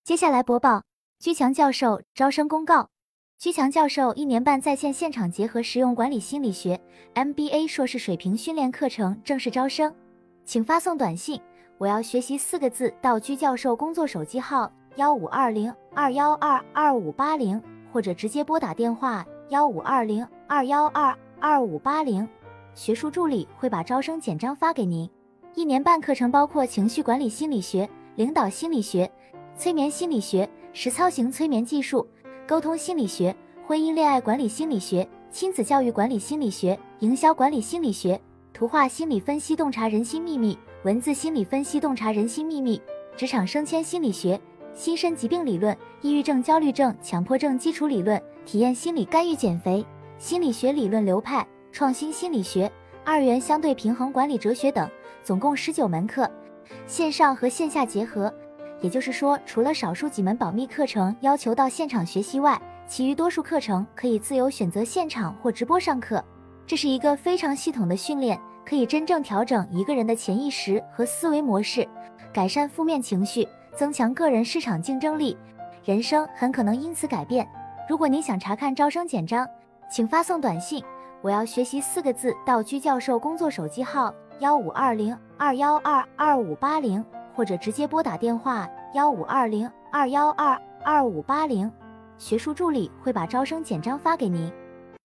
接下来播报居强教授招生公告。居强教授1年半在线现场结合实用管理心理学 MBA 硕士水平训练课程正式招生，请发送短信我要学习4个字到居教授工作手机号152021222580，或者直接拨打电话152021222580，学术助理会把招生简章发给您。1年半课程包括情绪管理心理学、领导心理学、催眠心理学、实操型催眠技术、沟通心理学、婚姻恋爱管理心理学、亲子教育管理心理学、营销管理心理学、图画心理分析洞察人心秘密、文字心理分析洞察人心秘密、职场升迁心理学、心身疾病理论、抑郁症、焦虑症、强迫症基础理论、体验心理干预减肥、心理学理论流派、创新心理学、2元相对平衡管理哲学等，总共19门课，线上和线下结合。也就是说，除了少数几门保密课程要求到现场学习外，其余多数课程可以自由选择现场或直播上课。这是一个非常系统的训练，可以真正调整一个人的潜意识和思维模式，改善负面情绪，增强个人市场竞争力，人生很可能因此改变。如果您想查看招生简章，请发送短信我要学习4个字到居教授工作手机号152021222580，或者直接拨打电话152021222580，学术助理会把招生简章发给您。